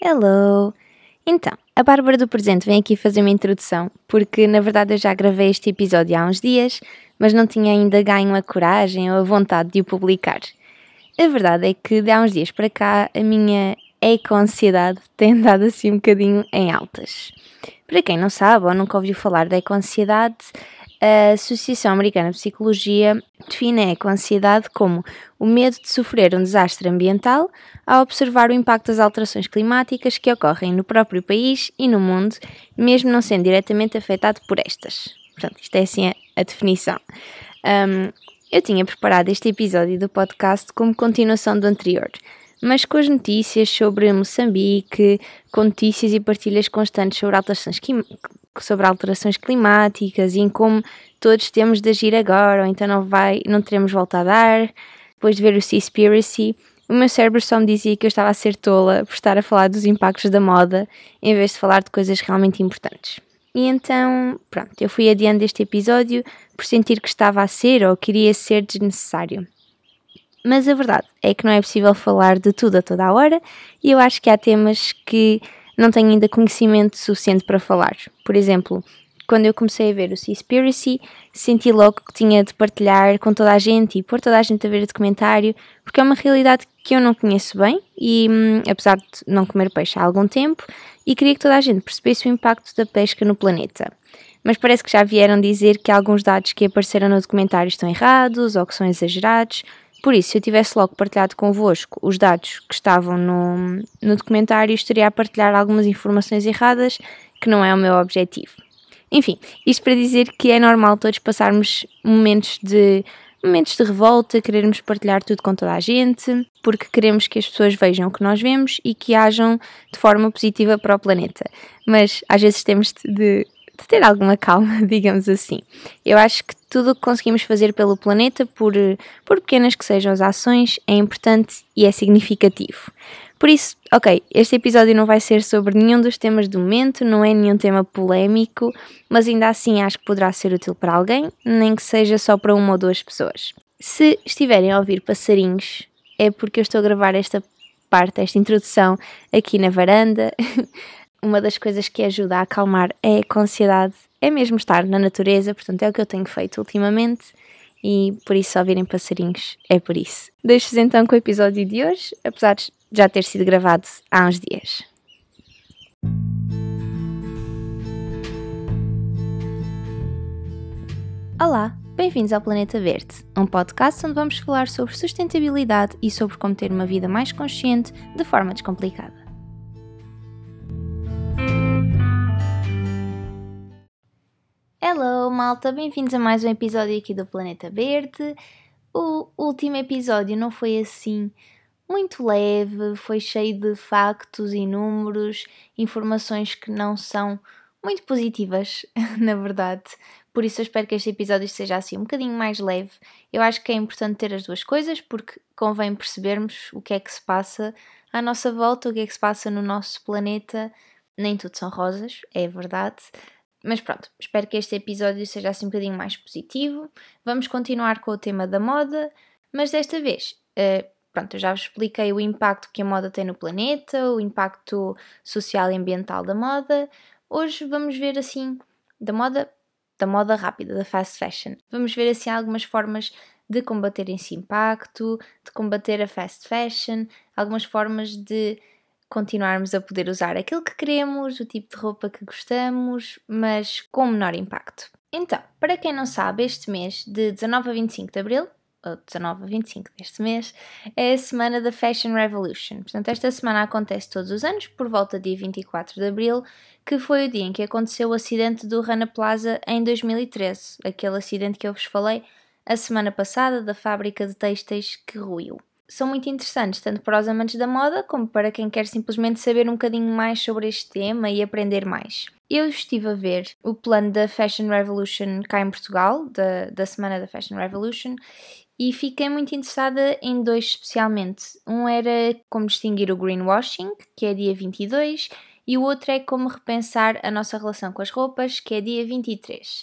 Hello! Então, a Bárbara do Presente vem aqui fazer uma introdução, porque na verdade eu já gravei este episódio há uns dias, mas não tinha ainda ganho a coragem ou a vontade de o publicar. A verdade é que de há uns dias para cá a minha eco-ansiedade tem andado assim um bocadinho em altas. Para quem não sabe ou nunca ouviu falar da eco-ansiedade, a Associação Americana de Psicologia define a eco-ansiedade como o medo de sofrer um desastre ambiental ao observar o impacto das alterações climáticas que ocorrem no próprio país e no mundo, mesmo não sendo diretamente afetado por estas. Portanto, isto é assim a definição. Eu tinha preparado este episódio do podcast como continuação do anterior, mas com as notícias sobre Moçambique, com notícias e partilhas constantes sobre alterações climáticas e em como todos temos de agir agora, ou então não teremos volta a dar. Depois de ver o Seaspiracy, o meu cérebro só me dizia que eu estava a ser tola por estar a falar dos impactos da moda, em vez de falar de coisas realmente importantes. E então, pronto, eu fui adiante este episódio por sentir que estava a ser ou queria ser desnecessário. Mas a verdade é que não é possível falar de tudo a toda a hora e eu acho que há temas que não tenho ainda conhecimento suficiente para falar. Por exemplo, quando eu comecei a ver o Seaspiracy, senti logo que tinha de partilhar com toda a gente e pôr toda a gente a ver o documentário, porque é uma realidade que eu não conheço bem e, apesar de não comer peixe há algum tempo, e queria que toda a gente percebesse o impacto da pesca no planeta. Mas parece que já vieram dizer que alguns dados que apareceram no documentário estão errados ou que são exagerados. Por isso, se eu tivesse logo partilhado convosco os dados que estavam no documentário, estaria a partilhar algumas informações erradas, que não é o meu objetivo. Enfim, isto para dizer que é normal todos passarmos momentos de revolta, querermos partilhar tudo com toda a gente, porque queremos que as pessoas vejam o que nós vemos e que ajam de forma positiva para o planeta. Mas às vezes temos de ter alguma calma, digamos assim. Eu acho que tudo o que conseguimos fazer pelo planeta, por pequenas que sejam as ações, é importante e é significativo. Por isso, ok, este episódio não vai ser sobre nenhum dos temas do momento, não é nenhum tema polémico, mas ainda assim acho que poderá ser útil para alguém, nem que seja só para uma ou duas pessoas. Se estiverem a ouvir passarinhos, é porque eu estou a gravar esta introdução aqui na varanda. Uma das coisas que ajuda a acalmar a ansiedade é mesmo estar na natureza, portanto é o que eu tenho feito ultimamente e por isso se ouvirem passarinhos é por isso. Deixo-vos então com o episódio de hoje, apesar de já ter sido gravado há uns dias. Olá, bem-vindos ao Planeta Verde, um podcast onde vamos falar sobre sustentabilidade e sobre como ter uma vida mais consciente de forma descomplicada. Hello, malta, bem-vindos a mais um episódio aqui do Planeta Verde. O último episódio não foi assim muito leve, foi cheio de factos e números, informações que não são muito positivas, na verdade. Por isso eu espero que este episódio seja assim um bocadinho mais leve. Eu acho que é importante ter as duas coisas, porque convém percebermos o que é que se passa à nossa volta, o que é que se passa no nosso planeta. Nem tudo são rosas, é verdade. Mas pronto, espero que este episódio seja assim um bocadinho mais positivo. Vamos continuar com o tema da moda, mas desta vez, eu já vos expliquei o impacto que a moda tem no planeta, o impacto social e ambiental da moda. Hoje vamos ver assim, da moda rápida, da fast fashion. Vamos ver assim algumas formas de combater esse impacto, de combater a fast fashion, algumas formas de continuarmos a poder usar aquilo que queremos, o tipo de roupa que gostamos, mas com menor impacto. Então, para quem não sabe, este mês, de 19 a 25 de Abril, ou 19 a 25 deste mês, é a semana da Fashion Revolution. Portanto, esta semana acontece todos os anos, por volta do dia 24 de Abril, que foi o dia em que aconteceu o acidente do Rana Plaza em 2013, aquele acidente que eu vos falei a semana passada, da fábrica de têxteis que ruiu. São muito interessantes, tanto para os amantes da moda, como para quem quer simplesmente saber um bocadinho mais sobre este tema e aprender mais. Eu estive a ver o plano da Fashion Revolution cá em Portugal, da semana da Fashion Revolution, e fiquei muito interessada em dois especialmente. Um era como distinguir o greenwashing, que é dia 22, e o outro é como repensar a nossa relação com as roupas, que é dia 23.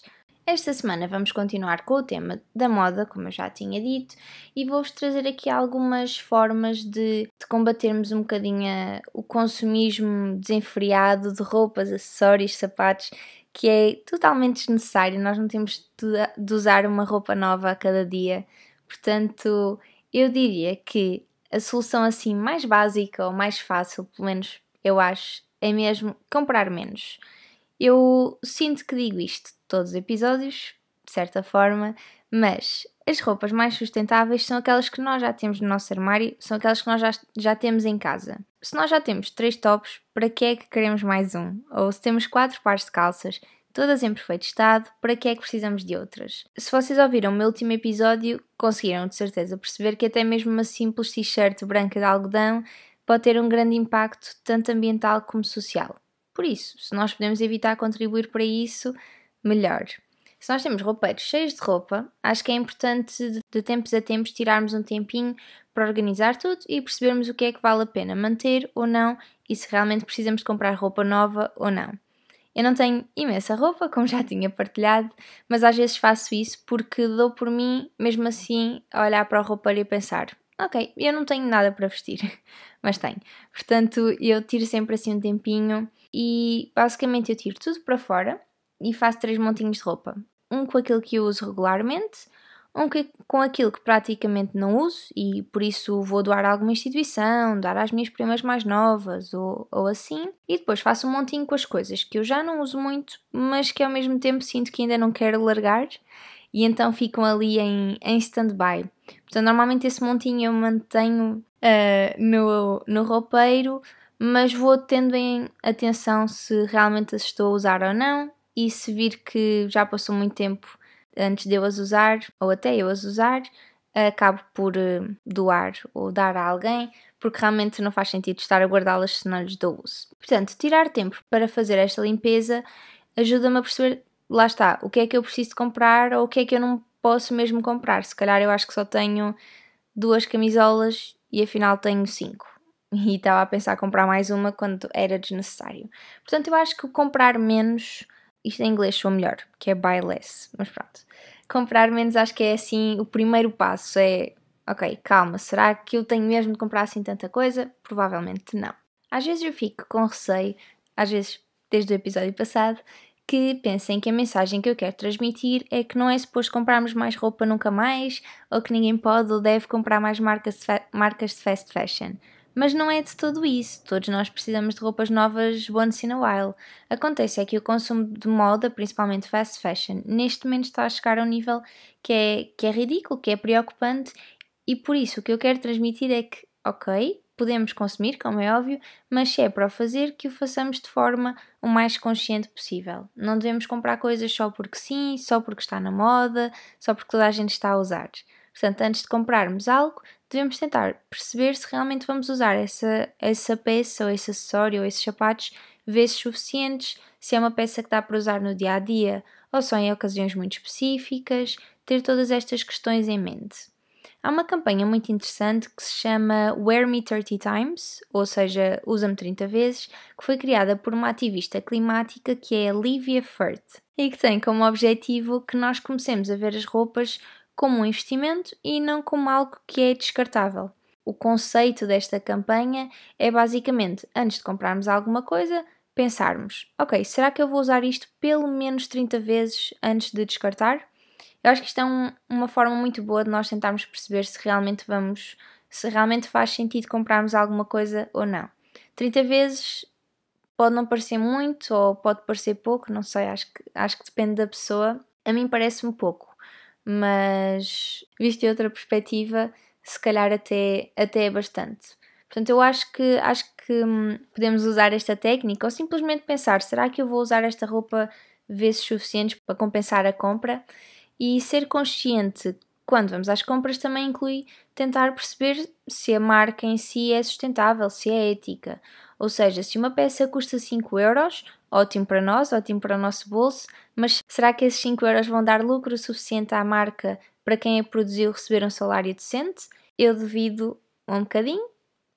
Esta semana vamos continuar com o tema da moda, como eu já tinha dito, e vou-vos trazer aqui algumas formas de combatermos um bocadinho o consumismo desenfreado de roupas, acessórios, sapatos, que é totalmente desnecessário. Nós não temos de usar uma roupa nova a cada dia. Portanto, eu diria que a solução assim mais básica ou mais fácil, pelo menos eu acho, é mesmo comprar menos. Eu sinto que digo isto todos os episódios, de certa forma, mas as roupas mais sustentáveis são aquelas que nós já temos no nosso armário, são aquelas que nós já temos em casa. Se nós já temos 3 tops, para que é que queremos mais um? Ou se temos 4 pares de calças, todas em perfeito estado, para que é que precisamos de outras? Se vocês ouviram o meu último episódio, conseguiram de certeza perceber que até mesmo uma simples t-shirt branca de algodão pode ter um grande impacto tanto ambiental como social. Por isso, se nós podemos evitar contribuir para isso, melhor. Se nós temos roupeiros cheios de roupa, acho que é importante de tempos a tempos tirarmos um tempinho para organizar tudo e percebermos o que é que vale a pena manter ou não e se realmente precisamos de comprar roupa nova ou não. Eu não tenho imensa roupa, como já tinha partilhado, mas às vezes faço isso porque dou por mim, mesmo assim, a olhar para o roupeiro e a pensar: ok, eu não tenho nada para vestir, mas tenho. Portanto, eu tiro sempre assim um tempinho e basicamente eu tiro tudo para fora e faço 3 montinhos de roupa. Um com aquilo que eu uso regularmente, com aquilo que praticamente não uso e por isso vou doar a alguma instituição, dar às minhas primas mais novas ou assim. E depois faço um montinho com as coisas que eu já não uso muito, mas que ao mesmo tempo sinto que ainda não quero largar e então ficam ali em stand-by. Portanto, normalmente esse montinho eu mantenho no roupeiro, mas vou tendo em atenção se realmente as estou a usar ou não e se vir que já passou muito tempo antes de eu as usar ou até eu as usar, acabo por doar ou dar a alguém, porque realmente não faz sentido estar a guardá-las se não lhes dou uso. Portanto, tirar tempo para fazer esta limpeza ajuda-me a perceber, lá está, o que é que eu preciso de comprar ou o que é que eu não posso mesmo comprar. Se calhar eu acho que só tenho 2 camisolas e afinal tenho 5. E estava a pensar comprar mais uma quando era desnecessário. Portanto, eu acho que comprar menos, isto em inglês sou melhor, que é buy less, mas pronto. Comprar menos acho que é assim, o primeiro passo é, ok, calma, será que eu tenho mesmo de comprar assim tanta coisa? Provavelmente não. Às vezes eu fico com receio, às vezes desde o episódio passado, que pensem que a mensagem que eu quero transmitir é que não é suposto comprarmos mais roupa nunca mais, ou que ninguém pode ou deve comprar mais marcas de fast fashion. Mas não é de todo isso, todos nós precisamos de roupas novas once in a while. Acontece é que o consumo de moda, principalmente fast fashion, neste momento está a chegar a um nível que é ridículo, que é preocupante, e por isso o que eu quero transmitir é que, ok, podemos consumir, como é óbvio, mas se é para o fazer, que o façamos de forma o mais consciente possível. Não devemos comprar coisas só porque sim, só porque está na moda, só porque toda a gente está a usar. Portanto, antes de comprarmos algo, devemos tentar perceber se realmente vamos usar essa peça ou esse acessório ou esses sapatos vezes suficientes, se é uma peça que dá para usar no dia a dia ou só em ocasiões muito específicas, ter todas estas questões em mente. Há uma campanha muito interessante que se chama Wear Me 30 Times, ou seja, Usa-me 30 vezes, que foi criada por uma ativista climática que é a Livia Firth e que tem como objetivo que nós comecemos a ver as roupas como um investimento e não como algo que é descartável. O conceito desta campanha é basicamente, antes de comprarmos alguma coisa, pensarmos: ok, será que eu vou usar isto pelo menos 30 vezes antes de descartar? Eu acho que isto é uma forma muito boa de nós tentarmos perceber se realmente faz sentido comprarmos alguma coisa ou não. 30 vezes pode não parecer muito ou pode parecer pouco, não sei, acho que depende da pessoa. A mim parece-me pouco, mas visto de outra perspectiva, se calhar até é bastante. Portanto, eu acho que podemos usar esta técnica ou simplesmente pensar: será que eu vou usar esta roupa vezes suficientes para compensar a compra? E ser consciente quando vamos às compras também inclui tentar perceber se a marca em si é sustentável, se é ética. Ou seja, se uma peça custa 5€, ótimo para nós, ótimo para o nosso bolso, mas será que esses 5€ vão dar lucro suficiente à marca para quem a produziu receber um salário decente? Eu duvido um bocadinho,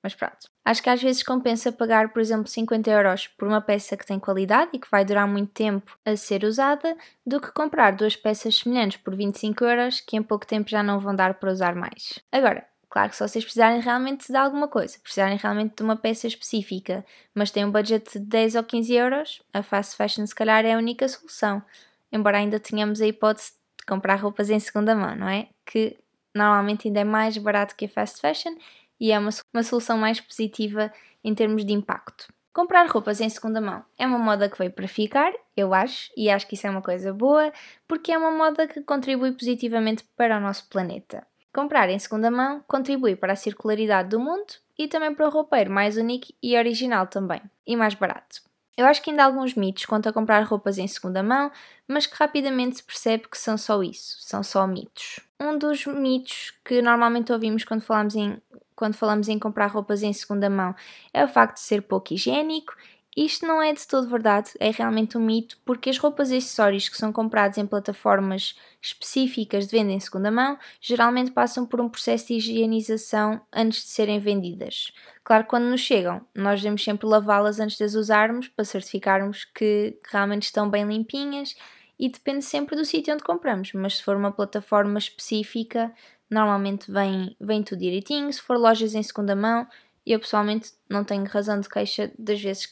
Mas pronto. Acho que às vezes compensa pagar, por exemplo, 50€ por uma peça que tem qualidade e que vai durar muito tempo a ser usada, do que comprar duas peças semelhantes por 25€ que em pouco tempo já não vão dar para usar mais. Agora, claro que se vocês precisarem realmente de alguma coisa, precisarem realmente de uma peça específica, mas têm um budget de 10 ou 15€, a fast fashion se calhar é a única solução. Embora ainda tenhamos a hipótese de comprar roupas em segunda mão, não é? Que normalmente ainda é mais barato que a fast fashion e é uma solução mais positiva em termos de impacto. Comprar roupas em segunda mão é uma moda que veio para ficar, eu acho, e acho que isso é uma coisa boa, porque é uma moda que contribui positivamente para o nosso planeta. Comprar em segunda mão contribui para a circularidade do mundo e também para o roupeiro mais único e original também, e mais barato. Eu acho que ainda há alguns mitos quanto a comprar roupas em segunda mão, mas que rapidamente se percebe que são só isso, são só mitos. Um dos mitos que normalmente ouvimos quando falamos em comprar roupas em segunda mão é o facto de ser pouco higiênico. Isto não é de todo verdade, é realmente um mito, porque as roupas e acessórios que são comprados em plataformas específicas de venda em segunda mão geralmente passam por um processo de higienização antes de serem vendidas. Claro que quando nos chegam, nós devemos sempre lavá-las antes de as usarmos para certificarmos que realmente estão bem limpinhas e depende sempre do sítio onde compramos, mas se for uma plataforma específica, normalmente vem tudo direitinho. Se for lojas em segunda mão, eu pessoalmente não tenho razão de queixa das vezes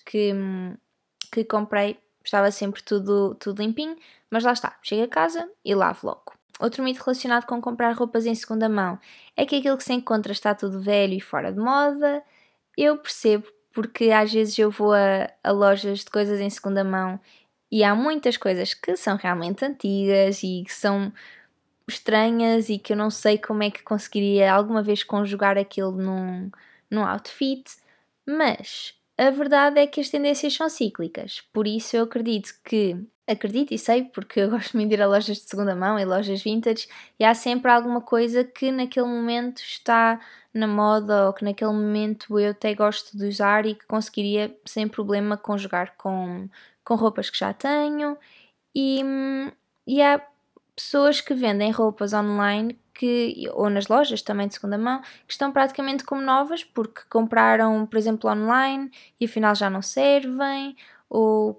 que comprei, estava sempre tudo limpinho, mas lá está, chego a casa e lavo logo. Outro mito relacionado com comprar roupas em segunda mão é que aquilo que se encontra está tudo velho e fora de moda. Eu percebo, porque às vezes eu vou a lojas de coisas em segunda mão e há muitas coisas que são realmente antigas e que são estranhas e que eu não sei como é que conseguiria alguma vez conjugar aquilo num outfit, mas a verdade é que as tendências são cíclicas, por isso eu acredito e sei, porque eu gosto muito de ir a lojas de segunda mão e lojas vintage e há sempre alguma coisa que naquele momento está na moda ou que naquele momento eu até gosto de usar e que conseguiria sem problema conjugar com roupas que já tenho e há pessoas que vendem roupas online ou nas lojas também de segunda mão que estão praticamente como novas porque compraram, por exemplo, online e afinal já não servem, ou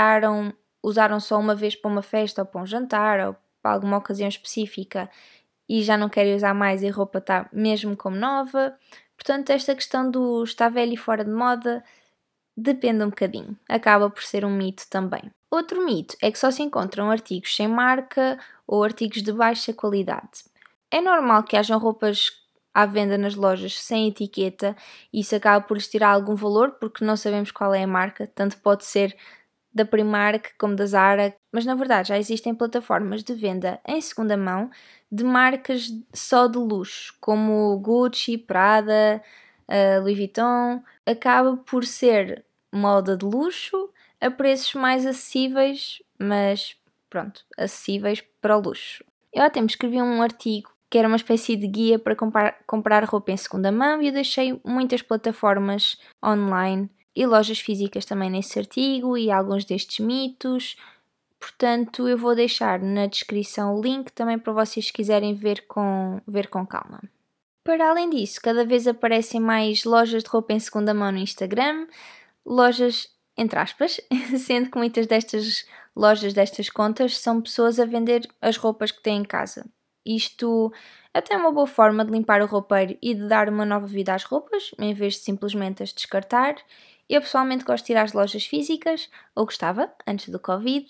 usaram só uma vez para uma festa ou para um jantar ou para alguma ocasião específica e já não querem usar mais e a roupa está mesmo como nova. Portanto, esta questão do está velho e fora de moda depende um bocadinho, acaba por ser um mito também. Outro mito é que só se encontram artigos sem marca ou artigos de baixa qualidade. É normal que hajam roupas à venda nas lojas sem etiqueta e isso acaba por lhes tirar algum valor porque não sabemos qual é a marca, tanto pode ser da Primark como da Zara, mas na verdade já existem plataformas de venda em segunda mão de marcas só de luxo, como Gucci, Prada, Louis Vuitton. Acaba por ser moda de luxo a preços mais acessíveis, mas pronto, acessíveis para o luxo. Eu há tempo escrevi um artigo que era uma espécie de guia para comprar roupa em segunda mão e eu deixei muitas plataformas online e lojas físicas também nesse artigo e alguns destes mitos. Portanto, eu vou deixar na descrição o link também para vocês quiserem ver com calma. Para além disso, cada vez aparecem mais lojas de roupa em segunda mão no Instagram, lojas entre aspas, sendo que muitas destas lojas, destas contas, são pessoas a vender as roupas que têm em casa. Isto até é uma boa forma de limpar o roupeiro e de dar uma nova vida às roupas, em vez de simplesmente as descartar. Eu pessoalmente gosto de ir às lojas físicas, ou gostava, antes do Covid,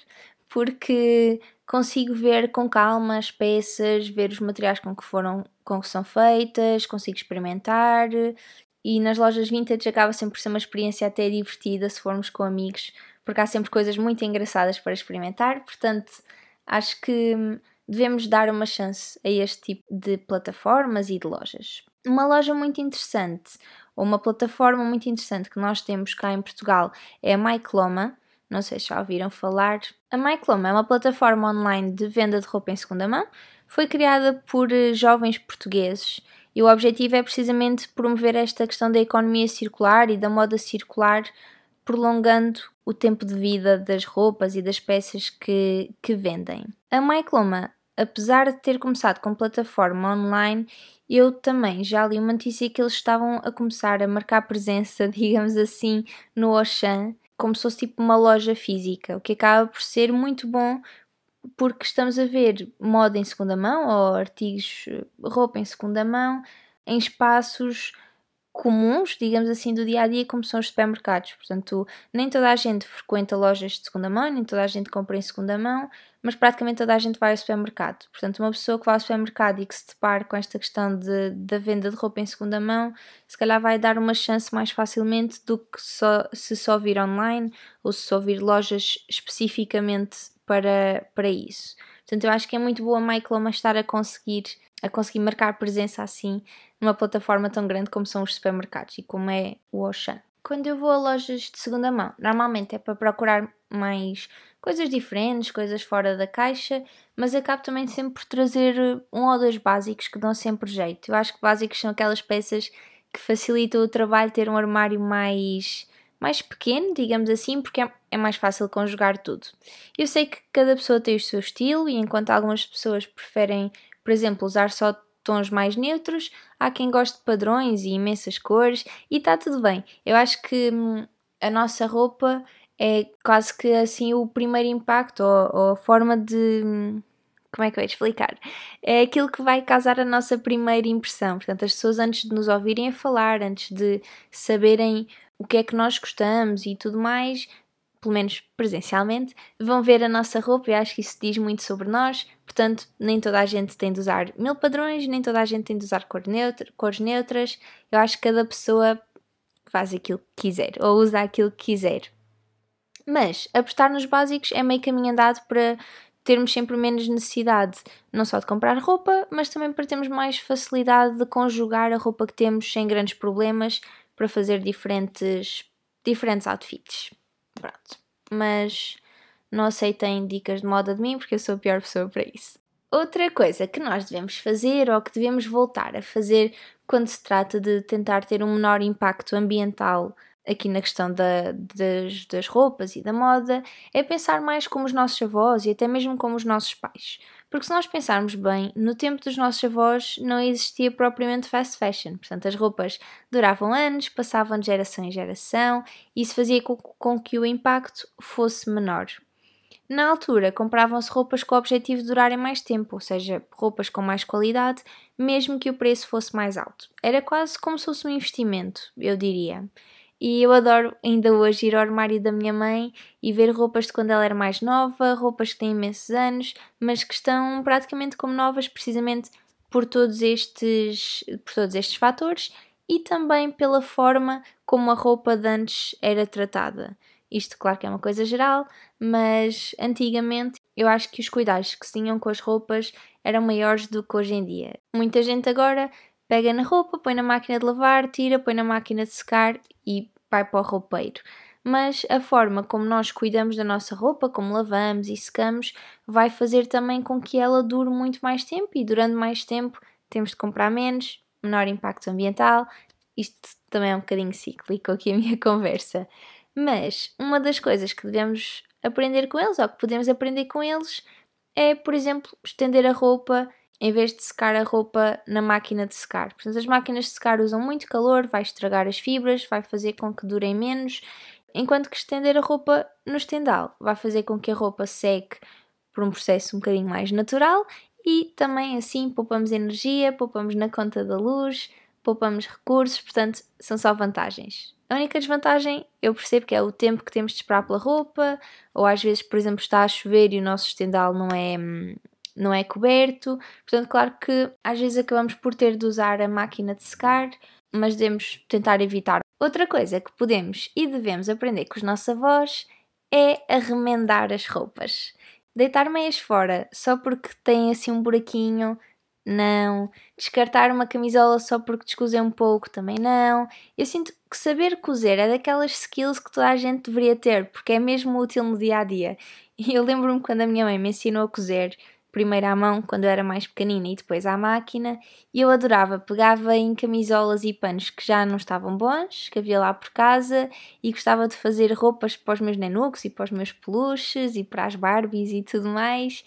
porque consigo ver com calma as peças, ver os materiais com que são feitas, consigo experimentar e nas lojas vintage acaba sempre por ser uma experiência até divertida se formos com amigos, porque há sempre coisas muito engraçadas para experimentar, portanto acho que devemos dar uma chance a este tipo de plataformas e de lojas. Uma loja muito interessante, ou uma plataforma muito interessante que nós temos cá em Portugal é a MyCloma. Não sei se já ouviram falar. A MyCloma é uma plataforma online de venda de roupa em segunda mão. Foi criada por jovens portugueses e o objetivo é precisamente promover esta questão da economia circular e da moda circular, prolongando o tempo de vida das roupas e das peças que vendem. A MyCloma apesar de ter começado com plataforma online, eu também já li uma notícia que eles estavam a começar a marcar presença, digamos assim, no Auchan, como se fosse tipo uma loja física, o que acaba por ser muito bom porque estamos a ver moda em segunda mão ou artigos, roupa em segunda mão, em espaços comuns, digamos assim, do dia a dia, como são os supermercados. Portanto, nem toda a gente frequenta lojas de segunda mão, nem toda a gente compra em segunda mão, mas praticamente toda a gente vai ao supermercado. Portanto, uma pessoa que vai ao supermercado e que se depare com esta questão da venda de roupa em segunda mão, se calhar vai dar uma chance mais facilmente do que se só vir online ou se só vir lojas especificamente para isso. Portanto, eu acho que é muito boa a Mycloma estar a conseguir marcar presença assim numa plataforma tão grande como são os supermercados e como é o Auchan. Quando eu vou a lojas de segunda mão, normalmente é para procurar mais coisas diferentes, coisas fora da caixa, mas acabo também sempre por trazer um ou dois básicos que dão sempre jeito. Eu acho que básicos são aquelas peças que facilitam o trabalho ter um armário mais pequeno, digamos assim, porque é mais fácil conjugar tudo. Eu sei que cada pessoa tem o seu estilo e enquanto algumas pessoas preferem, por exemplo, usar só tons mais neutros, há quem goste de padrões e imensas cores e está tudo bem. Eu acho que a nossa roupa é quase que assim o primeiro impacto ou a forma de... como é que eu ia te explicar? É aquilo que vai causar a nossa primeira impressão. Portanto, as pessoas antes de nos ouvirem a falar, antes de saberem o que é que nós gostamos e tudo mais, pelo menos presencialmente, vão ver a nossa roupa e acho que isso diz muito sobre nós. Portanto, nem toda a gente tem de usar 1000 padrões, nem toda a gente tem de usar cores neutras. Eu acho que cada pessoa faz aquilo que quiser ou usa aquilo que quiser. Mas apostar nos básicos é meio caminho andado para termos sempre menos necessidade, não só de comprar roupa, mas também para termos mais facilidade de conjugar a roupa que temos sem grandes problemas para fazer diferentes outfits. Pronto. Mas não aceitem dicas de moda de mim porque eu sou a pior pessoa para isso. Outra coisa que nós devemos fazer ou que devemos voltar a fazer quando se trata de tentar ter um menor impacto ambiental aqui na questão das roupas e da moda é pensar mais como os nossos avós e até mesmo como os nossos pais. Porque se nós pensarmos bem, no tempo dos nossos avós não existia propriamente fast fashion. Portanto, as roupas duravam anos, passavam de geração em geração e isso fazia com que o impacto fosse menor. Na altura, compravam-se roupas com o objetivo de durarem mais tempo, ou seja, roupas com mais qualidade, mesmo que o preço fosse mais alto. Era quase como se fosse um investimento, eu diria. E eu adoro ainda hoje ir ao armário da minha mãe e ver roupas de quando ela era mais nova, roupas que têm imensos anos, mas que estão praticamente como novas, precisamente por todos estes fatores e também pela forma como a roupa de antes era tratada. Isto, claro que é uma coisa geral, mas antigamente eu acho que os cuidados que se tinham com as roupas eram maiores do que hoje em dia. Muita gente agora pega na roupa, põe na máquina de lavar, tira, põe na máquina de secar e vai para o roupeiro. Mas a forma como nós cuidamos da nossa roupa, como lavamos e secamos, vai fazer também com que ela dure muito mais tempo e durante mais tempo temos de comprar menos, menor impacto ambiental. Isto também é um bocadinho cíclico aqui a minha conversa. Mas uma das coisas que devemos aprender com eles, ou que podemos aprender com eles, é, por exemplo, estender a roupa em vez de secar a roupa na máquina de secar. Portanto, as máquinas de secar usam muito calor, vai estragar as fibras, vai fazer com que durem menos, enquanto que estender a roupa no estendal vai fazer com que a roupa seque por um processo um bocadinho mais natural e também assim poupamos energia, poupamos na conta da luz, poupamos recursos, portanto, são só vantagens. A única desvantagem, eu percebo que é o tempo que temos de esperar pela roupa, ou às vezes, por exemplo, está a chover e o nosso estendal não é coberto. Portanto, claro que às vezes acabamos por ter de usar a máquina de secar, mas devemos tentar evitar. Outra coisa que podemos e devemos aprender com os nossos avós é a remendar as roupas. Deitar meias fora só porque tem assim um buraquinho, não. Descartar uma camisola só porque descoseu um pouco, também não. Eu sinto que saber cozer é daquelas skills que toda a gente deveria ter, porque é mesmo útil no dia a dia. E eu lembro-me quando a minha mãe me ensinou a cozer, primeiro à mão, quando eu era mais pequenina, e depois à máquina, e eu adorava. Pegava em camisolas e panos que já não estavam bons, que havia lá por casa, e gostava de fazer roupas para os meus nenucos e para os meus peluches e para as Barbies e tudo mais.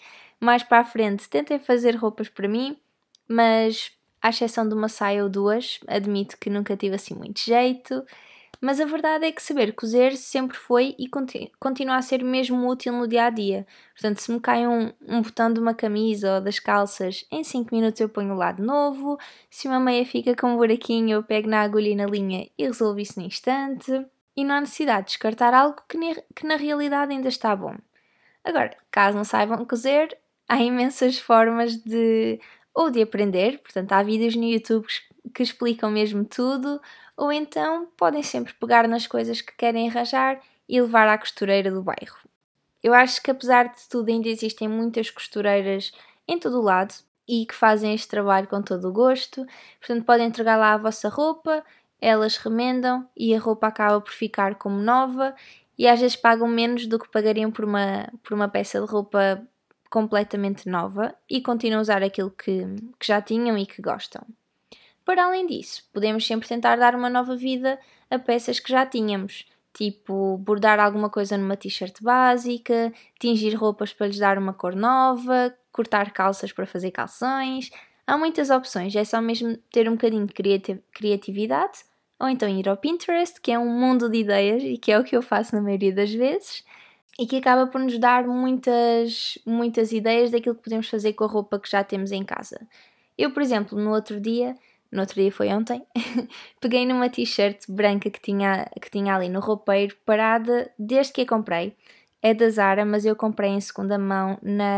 mais para a frente tentei fazer roupas para mim, mas à exceção de uma saia ou duas, admito que nunca tive assim muito jeito. Mas a verdade é que saber cozer sempre foi e continua a ser mesmo útil no dia a dia. Portanto, se me cai um botão de uma camisa ou das calças, em 5 minutos eu ponho o lado novo. Se uma meia fica com um buraquinho, eu pego na agulha e na linha e resolvo isso no instante. E não há necessidade de descartar algo que na realidade ainda está bom. Agora, caso não saibam cozer, há imensas formas ou de aprender, portanto há vídeos no YouTube que explicam mesmo tudo, ou então podem sempre pegar nas coisas que querem arranjar e levar à costureira do bairro. Eu acho que apesar de tudo ainda existem muitas costureiras em todo o lado e que fazem este trabalho com todo o gosto, portanto podem entregar lá a vossa roupa, elas remendam e a roupa acaba por ficar como nova e às vezes pagam menos do que pagariam por uma peça de roupa completamente nova e continuam a usar aquilo que já tinham e que gostam. Para além disso, podemos sempre tentar dar uma nova vida a peças que já tínhamos, tipo bordar alguma coisa numa t-shirt básica, tingir roupas para lhes dar uma cor nova, cortar calças para fazer calções. Há muitas opções, é só mesmo ter um bocadinho de criatividade, ou então ir ao Pinterest, que é um mundo de ideias e que é o que eu faço na maioria das vezes, e que acaba por nos dar muitas ideias daquilo que podemos fazer com a roupa que já temos em casa. Eu, por exemplo, no outro dia foi ontem, peguei numa t-shirt branca que tinha ali no roupeiro, parada desde que a comprei. É da Zara, mas eu comprei em segunda mão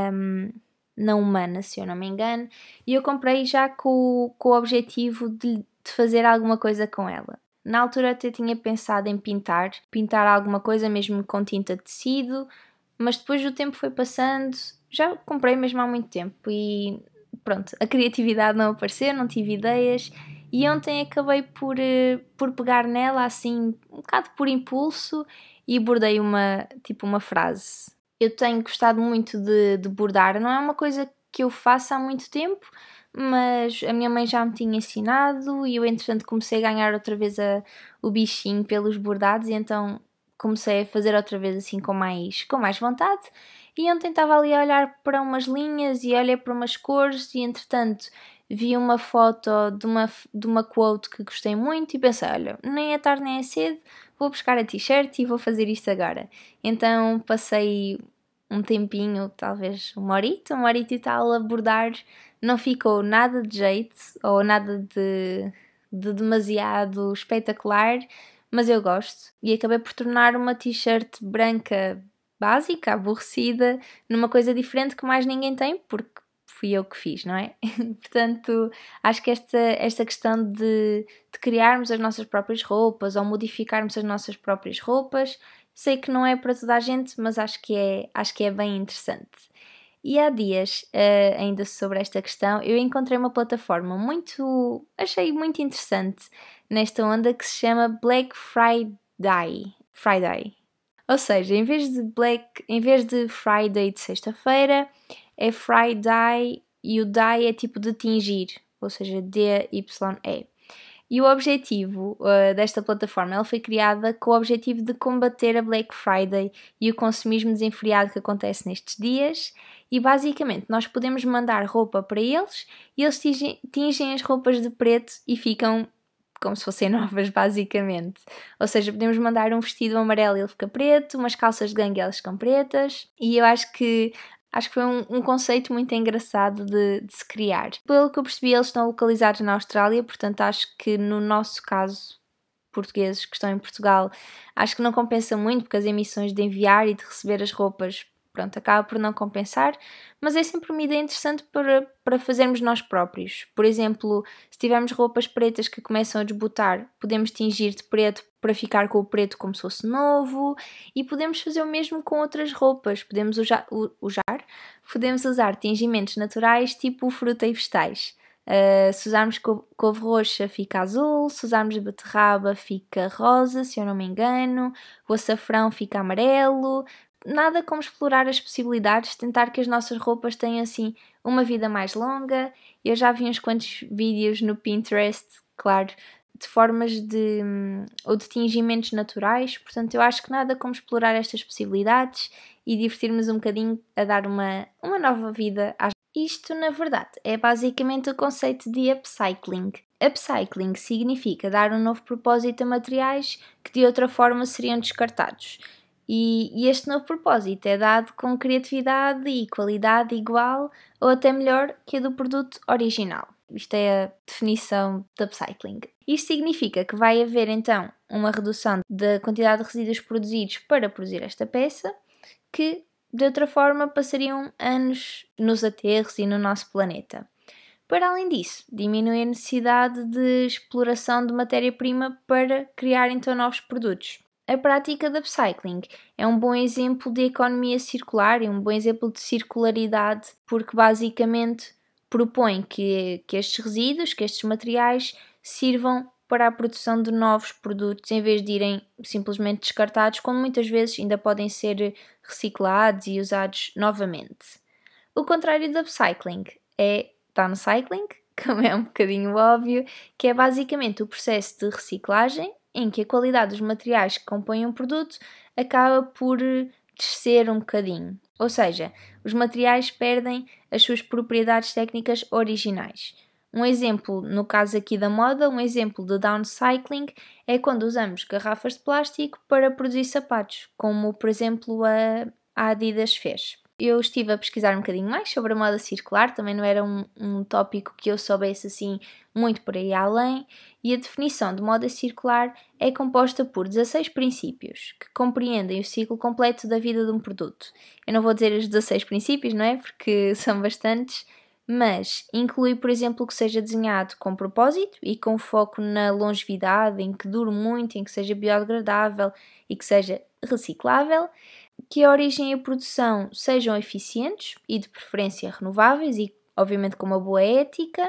na Humana, se eu não me engano, e eu comprei já com o objetivo de fazer alguma coisa com ela. Na altura até tinha pensado em pintar alguma coisa mesmo com tinta de tecido, mas depois o tempo foi passando, já comprei mesmo há muito tempo e pronto, a criatividade não apareceu, não tive ideias e ontem acabei por pegar nela assim, um bocado por impulso e bordei uma frase. Eu tenho gostado muito de bordar, não é uma coisa que eu faço há muito tempo, mas a minha mãe já me tinha ensinado e eu entretanto comecei a ganhar outra vez o bichinho pelos bordados e então comecei a fazer outra vez assim com mais vontade e ontem estava ali a olhar para umas linhas e olhei para umas cores e entretanto vi uma foto de uma quote que gostei muito e pensei, olha, nem é tarde nem é cedo, vou buscar a t-shirt e vou fazer isto agora. Então passei um tempinho, talvez uma horita e tal a bordar, não ficou nada de jeito ou nada de demasiado espetacular, mas eu gosto e acabei por tornar uma t-shirt branca básica, aborrecida, numa coisa diferente que mais ninguém tem, porque fui eu que fiz, não é? Portanto, acho que esta questão de criarmos as nossas próprias roupas ou modificarmos as nossas próprias roupas, sei que não é para toda a gente, mas acho que é bem interessante. E há dias, ainda sobre esta questão, eu encontrei uma plataforma achei muito interessante nesta onda que se chama Black Friday. Ou seja, em vez de Friday de sexta-feira, é Friday e o die é tipo de tingir, ou seja, D-Y-E. E o objetivo desta plataforma, ela foi criada com o objetivo de combater a Black Friday e o consumismo desenfreado que acontece nestes dias. E basicamente nós podemos mandar roupa para eles e eles tingem as roupas de preto e ficam como se fossem novas, basicamente. Ou seja, podemos mandar um vestido amarelo e ele fica preto, umas calças de gangue elas ficam pretas. E eu acho que foi um conceito muito engraçado de se criar. Pelo que eu percebi, eles estão localizados na Austrália, portanto acho que no nosso caso, portugueses que estão em Portugal, acho que não compensa muito, porque as emissões de enviar e de receber as roupas, pronto, acaba por não compensar, mas é sempre uma ideia interessante para fazermos nós próprios. Por exemplo, se tivermos roupas pretas que começam a desbotar, podemos tingir de preto para ficar com o preto como se fosse novo e podemos fazer o mesmo com outras roupas. Podemos usar tingimentos naturais tipo fruta e vegetais. Se usarmos couve roxa fica azul, se usarmos beterraba fica rosa, se eu não me engano, o açafrão fica amarelo. Nada como explorar as possibilidades, tentar que as nossas roupas tenham assim uma vida mais longa. Eu já vi uns quantos vídeos no Pinterest, claro, de formas ou de tingimentos naturais, portanto eu acho que nada como explorar estas possibilidades e divertirmos um bocadinho a dar uma nova vida às... Isto, na verdade, é basicamente o conceito de upcycling. Upcycling significa dar um novo propósito a materiais que de outra forma seriam descartados. E este novo propósito é dado com criatividade e qualidade igual ou até melhor que a do produto original. Isto é a definição de upcycling. Isto significa que vai haver então uma redução da quantidade de resíduos produzidos para produzir esta peça, que de outra forma passariam anos nos aterros e no nosso planeta. Para além disso, diminui a necessidade de exploração de matéria-prima para criar então novos produtos. A prática de upcycling é um bom exemplo de economia circular e um bom exemplo de circularidade, porque basicamente propõe que estes resíduos, que estes materiais sirvam para a produção de novos produtos em vez de irem simplesmente descartados, quando muitas vezes ainda podem ser reciclados e usados novamente. O contrário do upcycling é downcycling, como é um bocadinho óbvio, que é basicamente o processo de reciclagem em que a qualidade dos materiais que compõem um produto acaba por descer um bocadinho. Ou seja, os materiais perdem as suas propriedades técnicas originais. Um exemplo, no caso aqui da moda, um exemplo de downcycling é quando usamos garrafas de plástico para produzir sapatos, como por exemplo a Adidas fez. Eu estive a pesquisar um bocadinho mais sobre a moda circular, também não era um tópico que eu soubesse assim muito por aí além, e a definição de moda circular é composta por 16 princípios, que compreendem o ciclo completo da vida de um produto. Eu não vou dizer os 16 princípios, não é? Porque são bastantes, mas inclui, por exemplo, que seja desenhado com propósito e com foco na longevidade, em que dure muito, em que seja biodegradável e que seja reciclável, que a origem e a produção sejam eficientes e de preferência renováveis e obviamente com uma boa ética,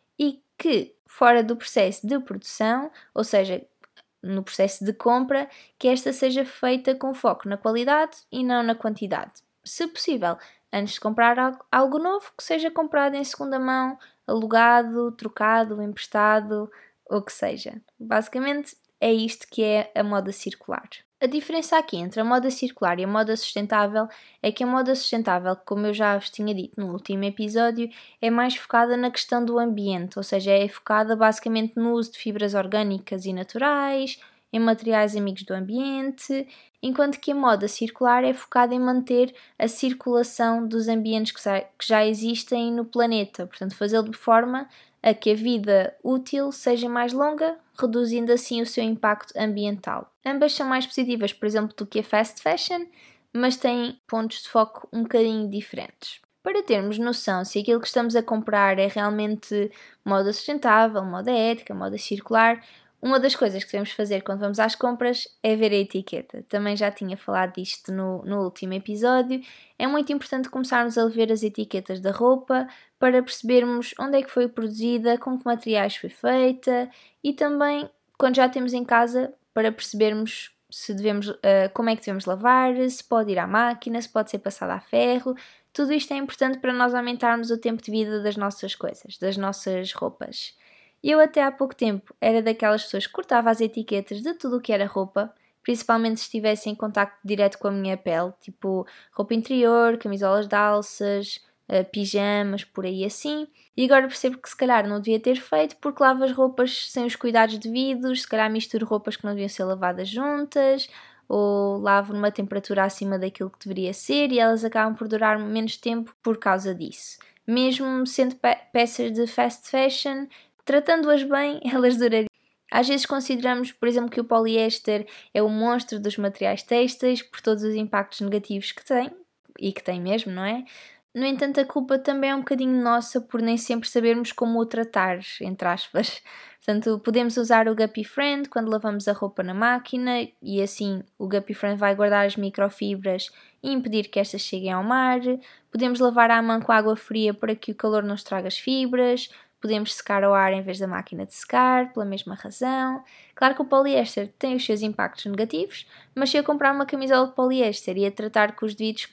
e que fora do processo de produção, ou seja, no processo de compra, que esta seja feita com foco na qualidade e não na quantidade. Se possível, antes de comprar algo novo, que seja comprado em segunda mão, alugado, trocado, emprestado, ou que seja. Basicamente é isto que é a moda circular. A diferença aqui entre a moda circular e a moda sustentável é que a moda sustentável, como eu já vos tinha dito no último episódio, é mais focada na questão do ambiente, ou seja, é focada basicamente no uso de fibras orgânicas e naturais, em materiais amigos do ambiente, enquanto que a moda circular é focada em manter a circulação dos ambientes que já existem no planeta, portanto, fazê-lo de forma a que a vida útil seja mais longa, reduzindo assim o seu impacto ambiental. Ambas são mais positivas, por exemplo, do que a fast fashion, mas têm pontos de foco um bocadinho diferentes. Para termos noção se aquilo que estamos a comprar é realmente moda sustentável, moda ética, moda circular, uma das coisas que devemos fazer quando vamos às compras é ver a etiqueta. Também já tinha falado disto no último episódio. É muito importante começarmos a ver as etiquetas da roupa para percebermos onde é que foi produzida, com que materiais foi feita e também, quando já temos em casa, para percebermos se devemos, como é que devemos lavar, se pode ir à máquina, se pode ser passado a ferro. Tudo isto é importante para nós aumentarmos o tempo de vida das nossas coisas, das nossas roupas. Eu até há pouco tempo era daquelas pessoas que cortava as etiquetas de tudo o que era roupa, principalmente se estivesse em contacto direto com a minha pele, tipo roupa interior, camisolas de alças, pijamas, por aí assim. E agora percebo que se calhar não devia ter feito porque lavo as roupas sem os cuidados devidos, se calhar misturo roupas que não deviam ser lavadas juntas, ou lavo numa temperatura acima daquilo que deveria ser e elas acabam por durar menos tempo por causa disso. Mesmo sendo peças de fast fashion, tratando-as bem, elas durariam. Às vezes consideramos, por exemplo, que o poliéster é o monstro dos materiais têxteis por todos os impactos negativos que tem, e que tem mesmo, não é? No entanto, a culpa também é um bocadinho nossa por nem sempre sabermos como o tratar, entre aspas. Portanto, podemos usar o Guppy Friend quando lavamos a roupa na máquina e assim o Guppy Friend vai guardar as microfibras e impedir que estas cheguem ao mar. Podemos lavar à mão com água fria para que o calor não estrague as fibras. Podemos secar ao ar em vez da máquina de secar, pela mesma razão. Claro que o poliéster tem os seus impactos negativos, mas se eu comprar uma camisola de poliéster e a tratar com os devidos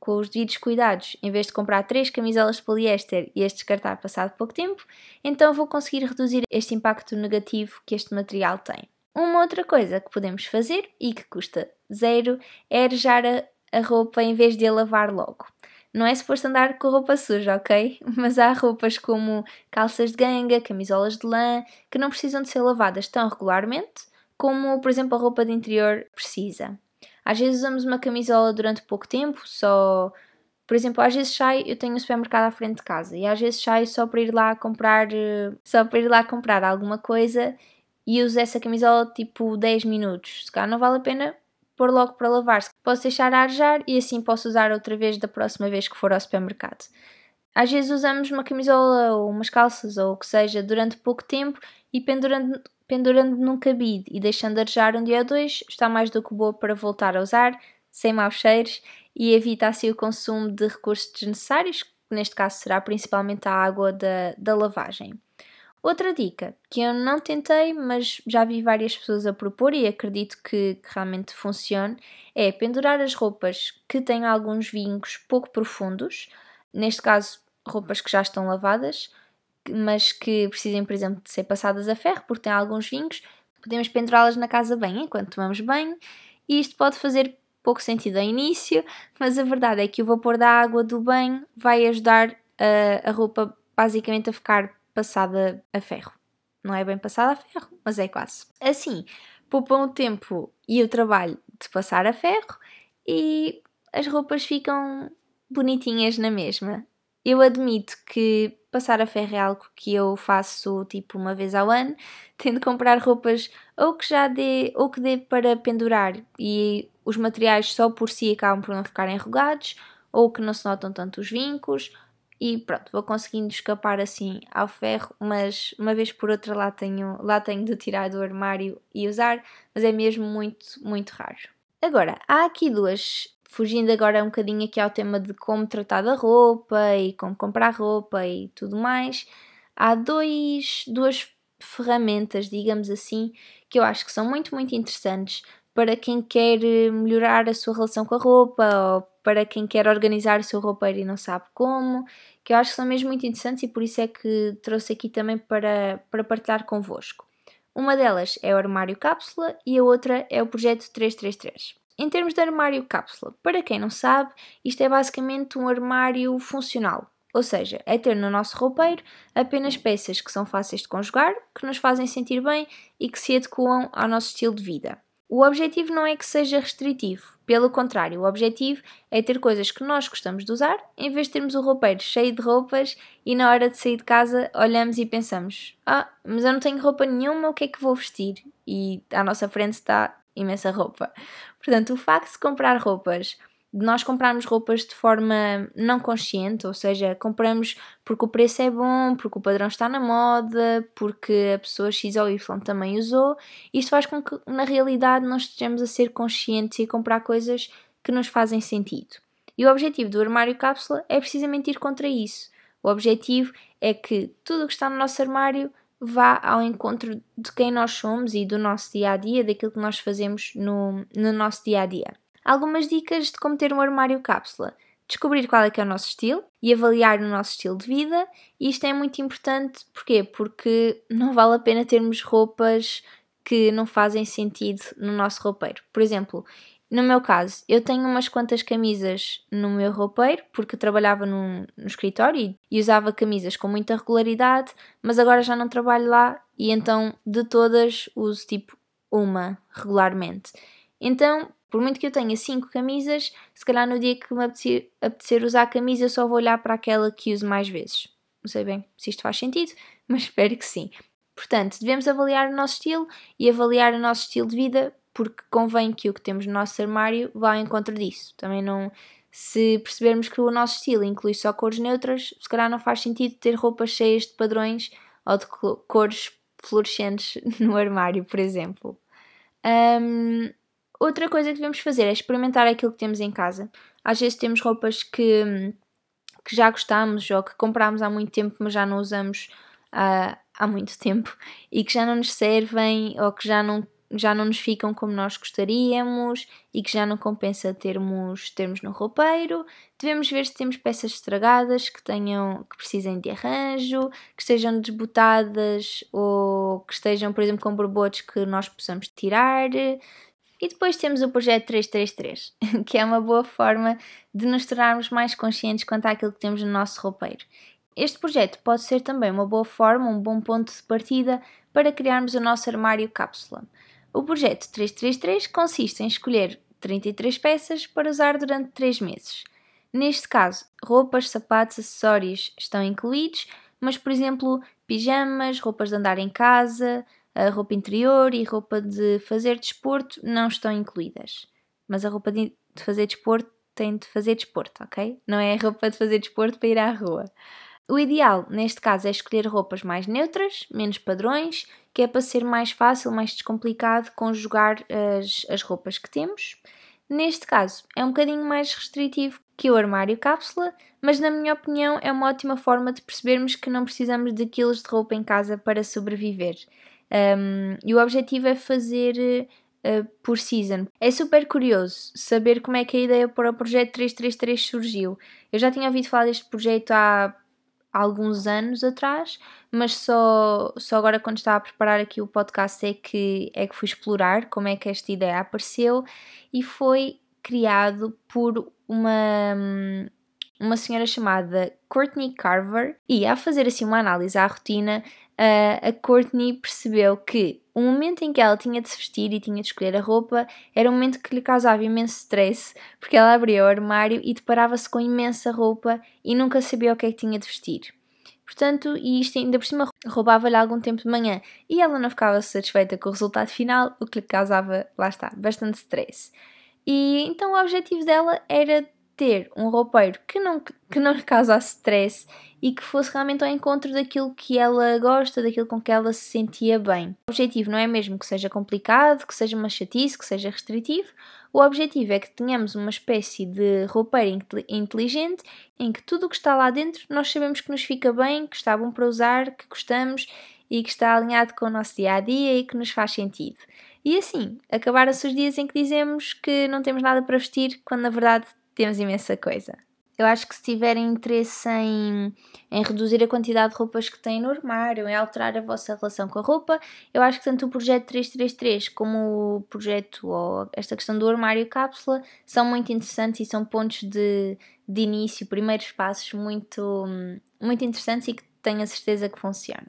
com os devidos cuidados, em vez de comprar 3 camisolas de poliéster e as descartar passado pouco tempo, então vou conseguir reduzir este impacto negativo que este material tem. Uma outra coisa que podemos fazer e que custa zero é arejar a roupa em vez de a lavar logo. Não é suposto andar com roupa suja, ok? Mas há roupas como calças de ganga, camisolas de lã, que não precisam de ser lavadas tão regularmente como, por exemplo, a roupa de interior precisa. Às vezes usamos uma camisola durante pouco tempo, por exemplo, às vezes saio, eu tenho um supermercado à frente de casa e às vezes saio só para ir lá comprar alguma coisa e uso essa camisola tipo 10 minutos. Se calhar não vale a pena pôr logo para lavar. Posso deixar a arejar e assim posso usar outra vez da próxima vez que for ao supermercado. Às vezes usamos uma camisola ou umas calças ou o que seja durante pouco tempo e pendurando num cabide e deixando arejar um dia ou dois, está mais do que boa para voltar a usar, sem maus cheiros, e evita assim o consumo de recursos desnecessários, que neste caso será principalmente a água da lavagem. Outra dica que eu não tentei, mas já vi várias pessoas a propor e acredito que realmente funcione, é pendurar as roupas que têm alguns vincos pouco profundos, neste caso roupas que já estão lavadas, mas que precisem, por exemplo, de ser passadas a ferro, porque têm alguns vincos, podemos pendurá-las na casa bem enquanto tomamos banho, e isto pode fazer pouco sentido ao início, mas a verdade é que o vapor da água do banho vai ajudar a roupa basicamente a ficar passada a ferro. Não é bem passada a ferro, mas é quase. Assim, poupam o tempo e o trabalho de passar a ferro e as roupas ficam bonitinhas na mesma. Eu admito que passar a ferro é algo que eu faço tipo uma vez ao ano, tendo de comprar roupas ou que dê para pendurar e os materiais só por si acabam por não ficarem enrugados ou que não se notam tanto os vincos e pronto, vou conseguindo escapar assim ao ferro, mas uma vez por outra lá tenho de tirar do armário e usar, mas é mesmo muito, muito raro. Agora, há aqui fugindo agora um bocadinho aqui ao tema de como tratar da roupa e como comprar roupa e tudo mais, há duas ferramentas, digamos assim, que eu acho que são muito, muito interessantes para quem quer melhorar a sua relação com a roupa ou para quem quer organizar o seu roupeiro e não sabe como, que eu acho que são mesmo muito interessantes e por isso é que trouxe aqui também para partilhar convosco. Uma delas é o armário cápsula e a outra é o projeto 333. Em termos de armário cápsula, para quem não sabe, isto é basicamente um armário funcional, ou seja, é ter no nosso roupeiro apenas peças que são fáceis de conjugar, que nos fazem sentir bem e que se adequam ao nosso estilo de vida. O objetivo não é que seja restritivo, pelo contrário, o objetivo é ter coisas que nós gostamos de usar, em vez de termos o roupeiro cheio de roupas e na hora de sair de casa olhamos e pensamos: mas eu não tenho roupa nenhuma, o que é que vou vestir? E à nossa frente está imensa roupa. Portanto, o facto de comprar roupas, de nós comprarmos roupas de forma não consciente, ou seja, compramos porque o preço é bom, porque o padrão está na moda, porque a pessoa X ou Y também usou, isto faz com que na realidade nós estejamos a ser conscientes e a comprar coisas que nos fazem sentido. E o objetivo do armário cápsula é precisamente ir contra isso. O objetivo é que tudo o que está no nosso armário vá ao encontro de quem nós somos e do nosso dia-a-dia, daquilo que nós fazemos no nosso dia-a-dia. Algumas dicas de como ter um armário cápsula. Descobrir qual é que é o nosso estilo e avaliar o nosso estilo de vida. E isto é muito importante, porquê? Porque não vale a pena termos roupas que não fazem sentido no nosso roupeiro. Por exemplo, no meu caso, eu tenho umas quantas camisas no meu roupeiro, porque trabalhava no escritório e usava camisas com muita regularidade, mas agora já não trabalho lá e então de todas uso tipo uma regularmente. Então, por muito que eu tenha 5 camisas, se calhar no dia que me apetecer usar a camisa, eu só vou olhar para aquela que uso mais vezes. Não sei bem se isto faz sentido, mas espero que sim. Portanto, devemos avaliar o nosso estilo e avaliar o nosso estilo de vida, porque convém que o que temos no nosso armário vá ao encontro disso. Também não... Se percebermos que o nosso estilo inclui só cores neutras, se calhar não faz sentido ter roupas cheias de padrões ou de cores fluorescentes no armário, por exemplo. Outra coisa que devemos fazer é experimentar aquilo que temos em casa. Às vezes temos roupas que já gostamos ou que comprámos há muito tempo, mas já não usamos há muito tempo e que já não nos servem ou que já não já não nos ficam como nós gostaríamos e que já não compensa termos no roupeiro. Devemos ver se temos peças estragadas que precisem de arranjo, que estejam desbotadas ou que estejam, por exemplo, com borbotos que nós possamos tirar. E depois temos o projeto 333, que é uma boa forma de nos tornarmos mais conscientes quanto àquilo que temos no nosso roupeiro. Este projeto pode ser também uma boa forma, um bom ponto de partida para criarmos o nosso armário cápsula. O projeto 333 consiste em escolher 33 peças para usar durante 3 meses. Neste caso, roupas, sapatos, acessórios estão incluídos, mas, por exemplo, pijamas, roupas de andar em casa, a roupa interior e roupa de fazer desporto não estão incluídas. Mas a roupa de fazer desporto tem de fazer desporto, ok? Não é a roupa de fazer desporto para ir à rua. O ideal, neste caso, é escolher roupas mais neutras, menos padrões, que é para ser mais fácil, mais descomplicado conjugar as roupas que temos. Neste caso, é um bocadinho mais restritivo que o armário cápsula, mas na minha opinião é uma ótima forma de percebermos que não precisamos de quilos de roupa em casa para sobreviver. E o objetivo é fazer por season. É super curioso saber como é que a ideia para o projeto 333 surgiu. Eu já tinha ouvido falar deste projeto há alguns anos atrás, mas só agora quando estava a preparar aqui o podcast é que fui explorar como é que esta ideia apareceu e foi criado por uma senhora chamada Courtney Carver e a fazer assim uma análise à rotina, a Courtney percebeu que o momento em que ela tinha de se vestir e tinha de escolher a roupa era um momento que lhe causava imenso stress, porque ela abria o armário e deparava-se com imensa roupa e nunca sabia o que é que tinha de vestir. Portanto, e isto ainda por cima roubava-lhe algum tempo de manhã e ela não ficava satisfeita com o resultado final, o que lhe causava, lá está, bastante stress. E então o objetivo dela era ter um roupeiro que não lhe causasse stress e que fosse realmente ao encontro daquilo que ela gosta, daquilo com que ela se sentia bem. O objetivo não é mesmo que seja complicado, que seja uma chatice, que seja restritivo. O objetivo é que tenhamos uma espécie de roupeiro inteligente em que tudo o que está lá dentro nós sabemos que nos fica bem, que está bom para usar, que gostamos e que está alinhado com o nosso dia-a-dia e que nos faz sentido. E assim, acabaram-se os dias em que dizemos que não temos nada para vestir, quando na verdade temos imensa coisa. Eu acho que se tiverem interesse em reduzir a quantidade de roupas que têm no armário, em alterar a vossa relação com a roupa, eu acho que tanto o projeto 333 como o projeto ou esta questão do armário cápsula são muito interessantes e são pontos de início, primeiros passos muito, muito interessantes e que tenho a certeza que funcionam.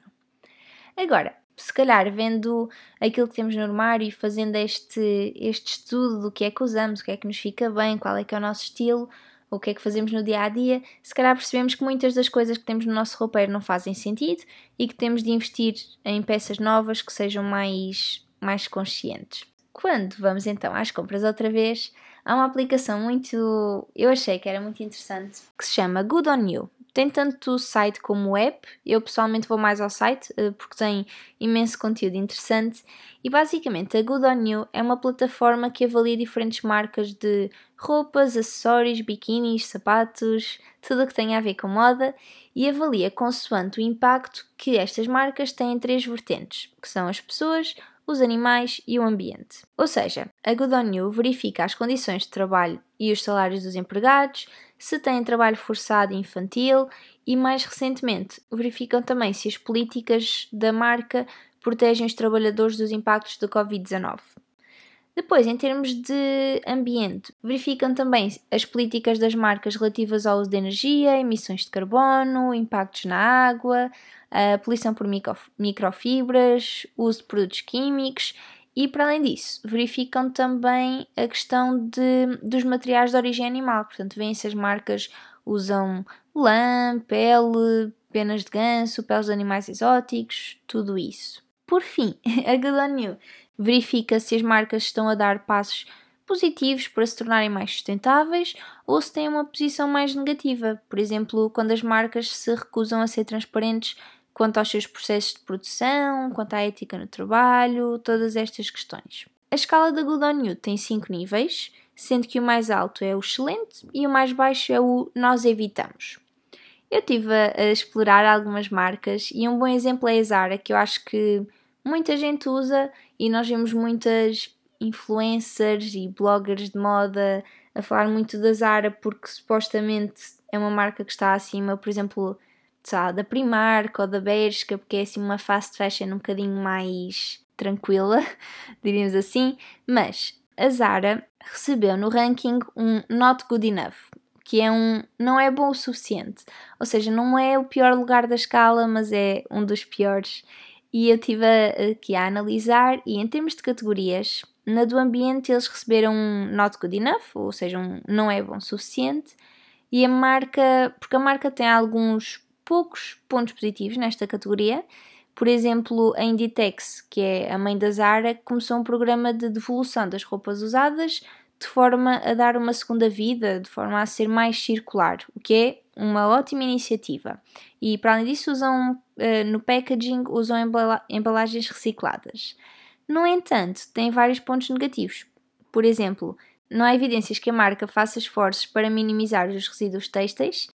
Agora, se calhar vendo aquilo que temos no armário e fazendo este estudo do que é que usamos, o que é que nos fica bem, qual é que é o nosso estilo, o que é que fazemos no dia-a-dia, se calhar percebemos que muitas das coisas que temos no nosso roupeiro não fazem sentido e que temos de investir em peças novas que sejam mais conscientes. Quando vamos então às compras outra vez, há uma aplicação eu achei que era muito interessante, que se chama Good On You. Tem tanto o site como o app. Eu pessoalmente vou mais ao site porque tem imenso conteúdo interessante e basicamente a Good On You é uma plataforma que avalia diferentes marcas de roupas, acessórios, biquínis, sapatos, tudo o que tem a ver com moda e avalia consoante o impacto que estas marcas têm em 3 vertentes, que são as pessoas, os animais e o ambiente. Ou seja, a Good On You verifica as condições de trabalho e os salários dos empregados, se têm trabalho forçado e infantil e, mais recentemente, verificam também se as políticas da marca protegem os trabalhadores dos impactos do Covid-19. Depois, em termos de ambiente, verificam também as políticas das marcas relativas ao uso de energia, emissões de carbono, impactos na água, a poluição por microfibras, uso de produtos químicos e, para além disso, verificam também a questão dos materiais de origem animal. Portanto, veem se as marcas usam lã, pele, penas de ganso, peles de animais exóticos, tudo isso. Por fim, a Good On You verifica se as marcas estão a dar passos positivos para se tornarem mais sustentáveis ou se têm uma posição mais negativa. Por exemplo, quando as marcas se recusam a ser transparentes quanto aos seus processos de produção, quanto à ética no trabalho, todas estas questões. A escala da Good On You tem 5 níveis, sendo que o mais alto é o excelente e o mais baixo é o nós evitamos. Eu estive a explorar algumas marcas e um bom exemplo é a Zara, que eu acho que muita gente usa e nós vemos muitas influencers e bloggers de moda a falar muito da Zara porque supostamente é uma marca que está acima, por exemplo, da Primark ou da Bershka, porque é assim uma fast fashion um bocadinho mais tranquila, diríamos assim, mas a Zara recebeu no ranking um Not Good Enough, que é não é bom o suficiente, ou seja, não é o pior lugar da escala, mas é um dos piores. E eu estive aqui a analisar e em termos de categorias, na do ambiente eles receberam um Not Good Enough, ou seja, um não é bom o suficiente, e porque a marca tem alguns poucos pontos positivos nesta categoria. Por exemplo, a Inditex, que é a mãe da Zara, começou um programa de devolução das roupas usadas de forma a dar uma segunda vida, de forma a ser mais circular, o que é uma ótima iniciativa. E para além disso, no packaging, usam embalagens recicladas. No entanto, tem vários pontos negativos. Por exemplo, não há evidências que a marca faça esforços para minimizar os resíduos têxteis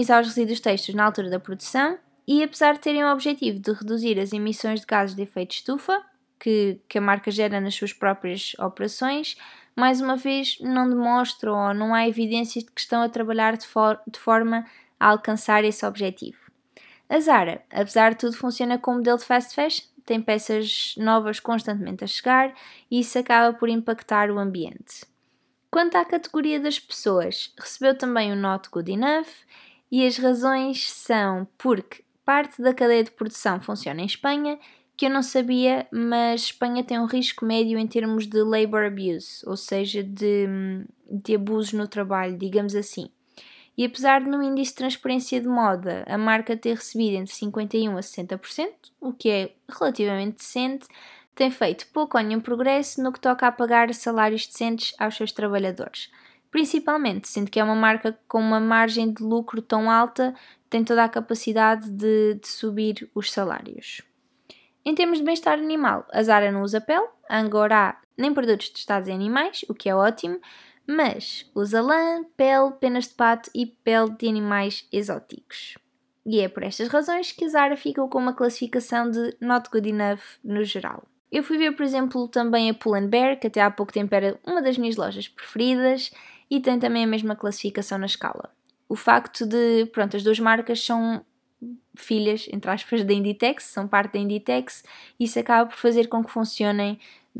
na altura da produção e, apesar de terem o objetivo de reduzir as emissões de gases de efeito de estufa, que a marca gera nas suas próprias operações, mais uma vez não demonstram ou não há evidências de que estão a trabalhar de forma a alcançar esse objetivo. A Zara, apesar de tudo, funciona como modelo de fast fashion, tem peças novas constantemente a chegar e isso acaba por impactar o ambiente. Quanto à categoria das pessoas, recebeu também o Not Good Enough e as razões são porque parte da cadeia de produção funciona em Espanha, que eu não sabia, mas Espanha tem um risco médio em termos de labor abuse, ou seja, de abusos no trabalho, digamos assim. E apesar de no índice de transparência de moda a marca ter recebido entre 51% a 60%, o que é relativamente decente, tem feito pouco ou nenhum progresso no que toca a pagar salários decentes aos seus trabalhadores. Principalmente, sendo que é uma marca com uma margem de lucro tão alta, tem toda a capacidade de subir os salários. Em termos de bem-estar animal, a Zara não usa pele, a Angorá nem produtos testados em animais, o que é ótimo, mas usa lã, pele, penas de pato e pele de animais exóticos. E é por estas razões que a Zara ficou com uma classificação de Not Good Enough no geral. Eu fui ver, por exemplo, também a Pull & Bear, que até há pouco tempo era uma das minhas lojas preferidas e tem também a mesma classificação na escala. O facto de, as duas marcas são filhas, entre aspas, da Inditex, são parte da Inditex, e isso acaba por fazer com que funcionem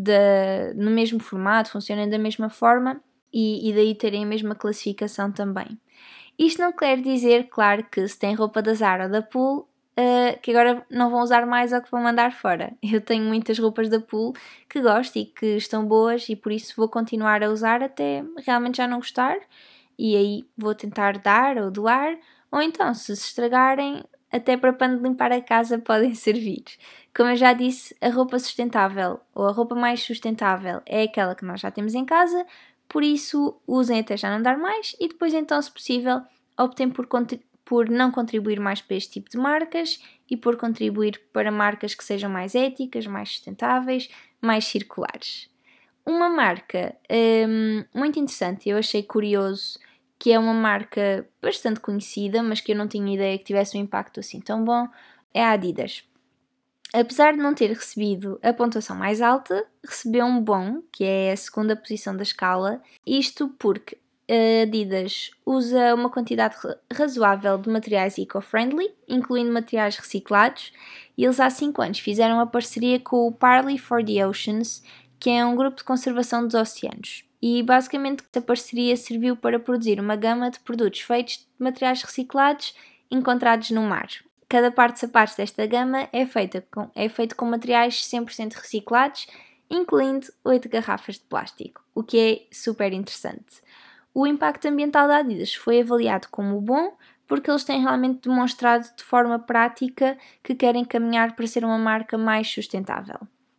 no mesmo formato, funcionem da mesma forma e daí terem a mesma classificação também. Isto não quer dizer, claro, que se tem roupa da Zara ou da Pull, que agora não vão usar mais ou que vão mandar fora. Eu tenho muitas roupas da Pull que gosto e que estão boas e por isso vou continuar a usar até realmente já não gostar e aí vou tentar dar ou doar, ou então, se estragarem, até para pano de limpar a casa podem servir. Como eu já disse, a roupa sustentável ou a roupa mais sustentável é aquela que nós já temos em casa, por isso usem até já não dar mais e depois então, se possível, optem por não contribuir mais para este tipo de marcas e por contribuir para marcas que sejam mais éticas, mais sustentáveis, mais circulares. Uma marca muito interessante, eu achei curioso, que é uma marca bastante conhecida, mas que eu não tinha ideia que tivesse um impacto assim tão bom, é a Adidas. Apesar de não ter recebido a pontuação mais alta, recebeu um bom, que é a segunda posição da escala, isto porque a Adidas usa uma quantidade razoável de materiais eco-friendly, incluindo materiais reciclados, e eles há 5 anos fizeram uma parceria com o Parley for the Oceans, que é um grupo de conservação dos oceanos. E basicamente a parceria serviu para produzir uma gama de produtos feitos de materiais reciclados encontrados no mar. Cada par de sapatos desta gama é feito com materiais 100% reciclados, incluindo 8 garrafas de plástico, o que é super interessante. O impacto ambiental da Adidas foi avaliado como bom, porque eles têm realmente demonstrado de forma prática que querem caminhar para ser uma marca mais sustentável.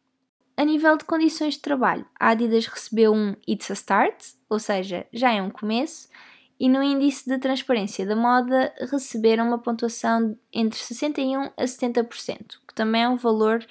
A nível de condições de trabalho, a Adidas recebeu um It's a Start, ou seja, já é um começo, e no índice de transparência da moda receberam uma pontuação entre 61% a 70%, que também é um valor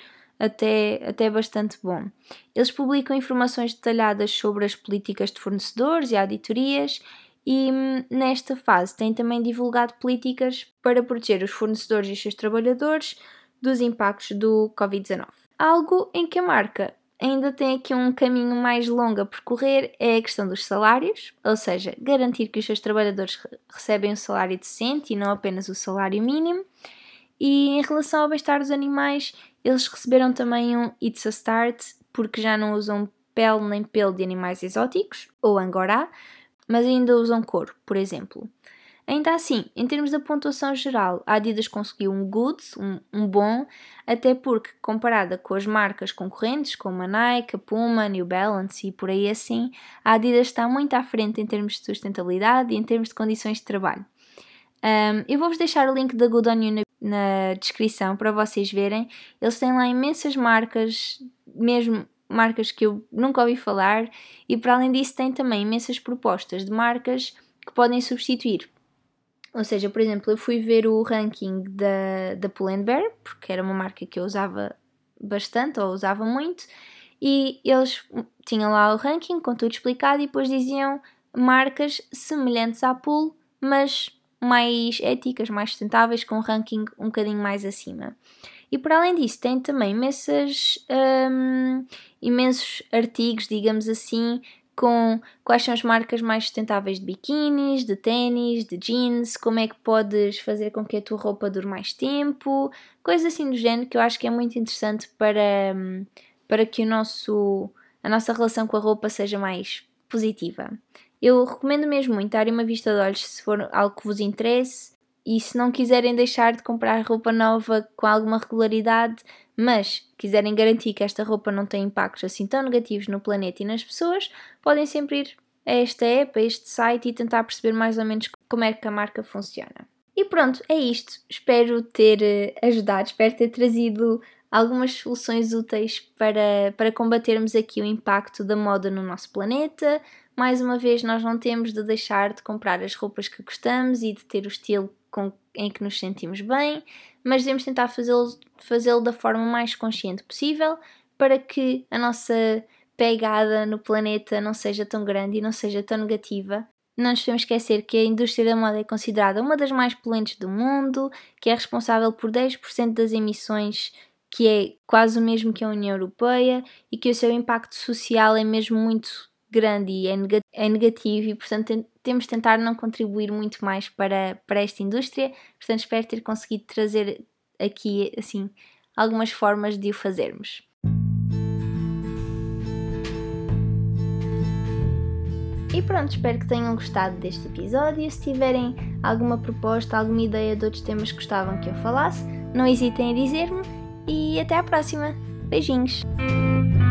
até bastante bom. Eles publicam informações detalhadas sobre as políticas de fornecedores e auditorias e nesta fase têm também divulgado políticas para proteger os fornecedores e os seus trabalhadores dos impactos do Covid-19. Algo em que a marca ainda tem aqui um caminho mais longo a percorrer, é a questão dos salários, ou seja, garantir que os seus trabalhadores recebem um salário decente e não apenas o salário mínimo. E em relação ao bem-estar dos animais, eles receberam também um It's a Start, porque já não usam pele nem pelo de animais exóticos, ou angorá, mas ainda usam couro, por exemplo. Ainda assim, em termos da pontuação geral, a Adidas conseguiu um good, um bom, até porque, comparada com as marcas concorrentes, como a Nike, a Puma, a New Balance e por aí assim, a Adidas está muito à frente em termos de sustentabilidade e em termos de condições de trabalho. Eu vou-vos deixar o link da Good On You na descrição para vocês verem. Eles têm lá imensas marcas, mesmo marcas que eu nunca ouvi falar, e para além disso têm também imensas propostas de marcas que podem substituir. Ou seja, por exemplo, eu fui ver o ranking da Pull&Bear, porque era uma marca que eu usava bastante, ou usava muito, e eles tinham lá o ranking com tudo explicado e depois diziam marcas semelhantes à Pull, mas mais éticas, mais sustentáveis, com um ranking um bocadinho mais acima. E para além disso, tem também imensos artigos, digamos assim, com quais são as marcas mais sustentáveis de biquínis, de ténis, de jeans, como é que podes fazer com que a tua roupa dure mais tempo, coisas assim do género que eu acho que é muito interessante para que a nossa relação com a roupa seja mais positiva. Eu recomendo mesmo muito darem uma vista de olhos se for algo que vos interesse e se não quiserem deixar de comprar roupa nova com alguma regularidade, mas quiserem garantir que esta roupa não tem impactos assim tão negativos no planeta e nas pessoas, podem sempre ir a esta app, a este site e tentar perceber mais ou menos como é que a marca funciona. E pronto, é isto. Espero ter ajudado, espero ter trazido algumas soluções úteis para combatermos aqui o impacto da moda no nosso planeta. Mais uma vez, nós não temos de deixar de comprar as roupas que gostamos e de ter o estilo em que nos sentimos bem, mas devemos tentar fazê-lo da forma mais consciente possível para que a nossa pegada no planeta não seja tão grande e não seja tão negativa. Não nos podemos esquecer que a indústria da moda é considerada uma das mais poluentes do mundo, que é responsável por 10% das emissões, que é quase o mesmo que a União Europeia, e que o seu impacto social é mesmo muito grande e é negativo e, portanto, temos de tentar não contribuir muito mais para esta indústria. Portanto, espero ter conseguido trazer aqui, assim, algumas formas de o fazermos. E pronto, espero que tenham gostado deste episódio. Se tiverem alguma proposta, alguma ideia de outros temas que gostavam que eu falasse, não hesitem a dizer-me e até à próxima. Beijinhos!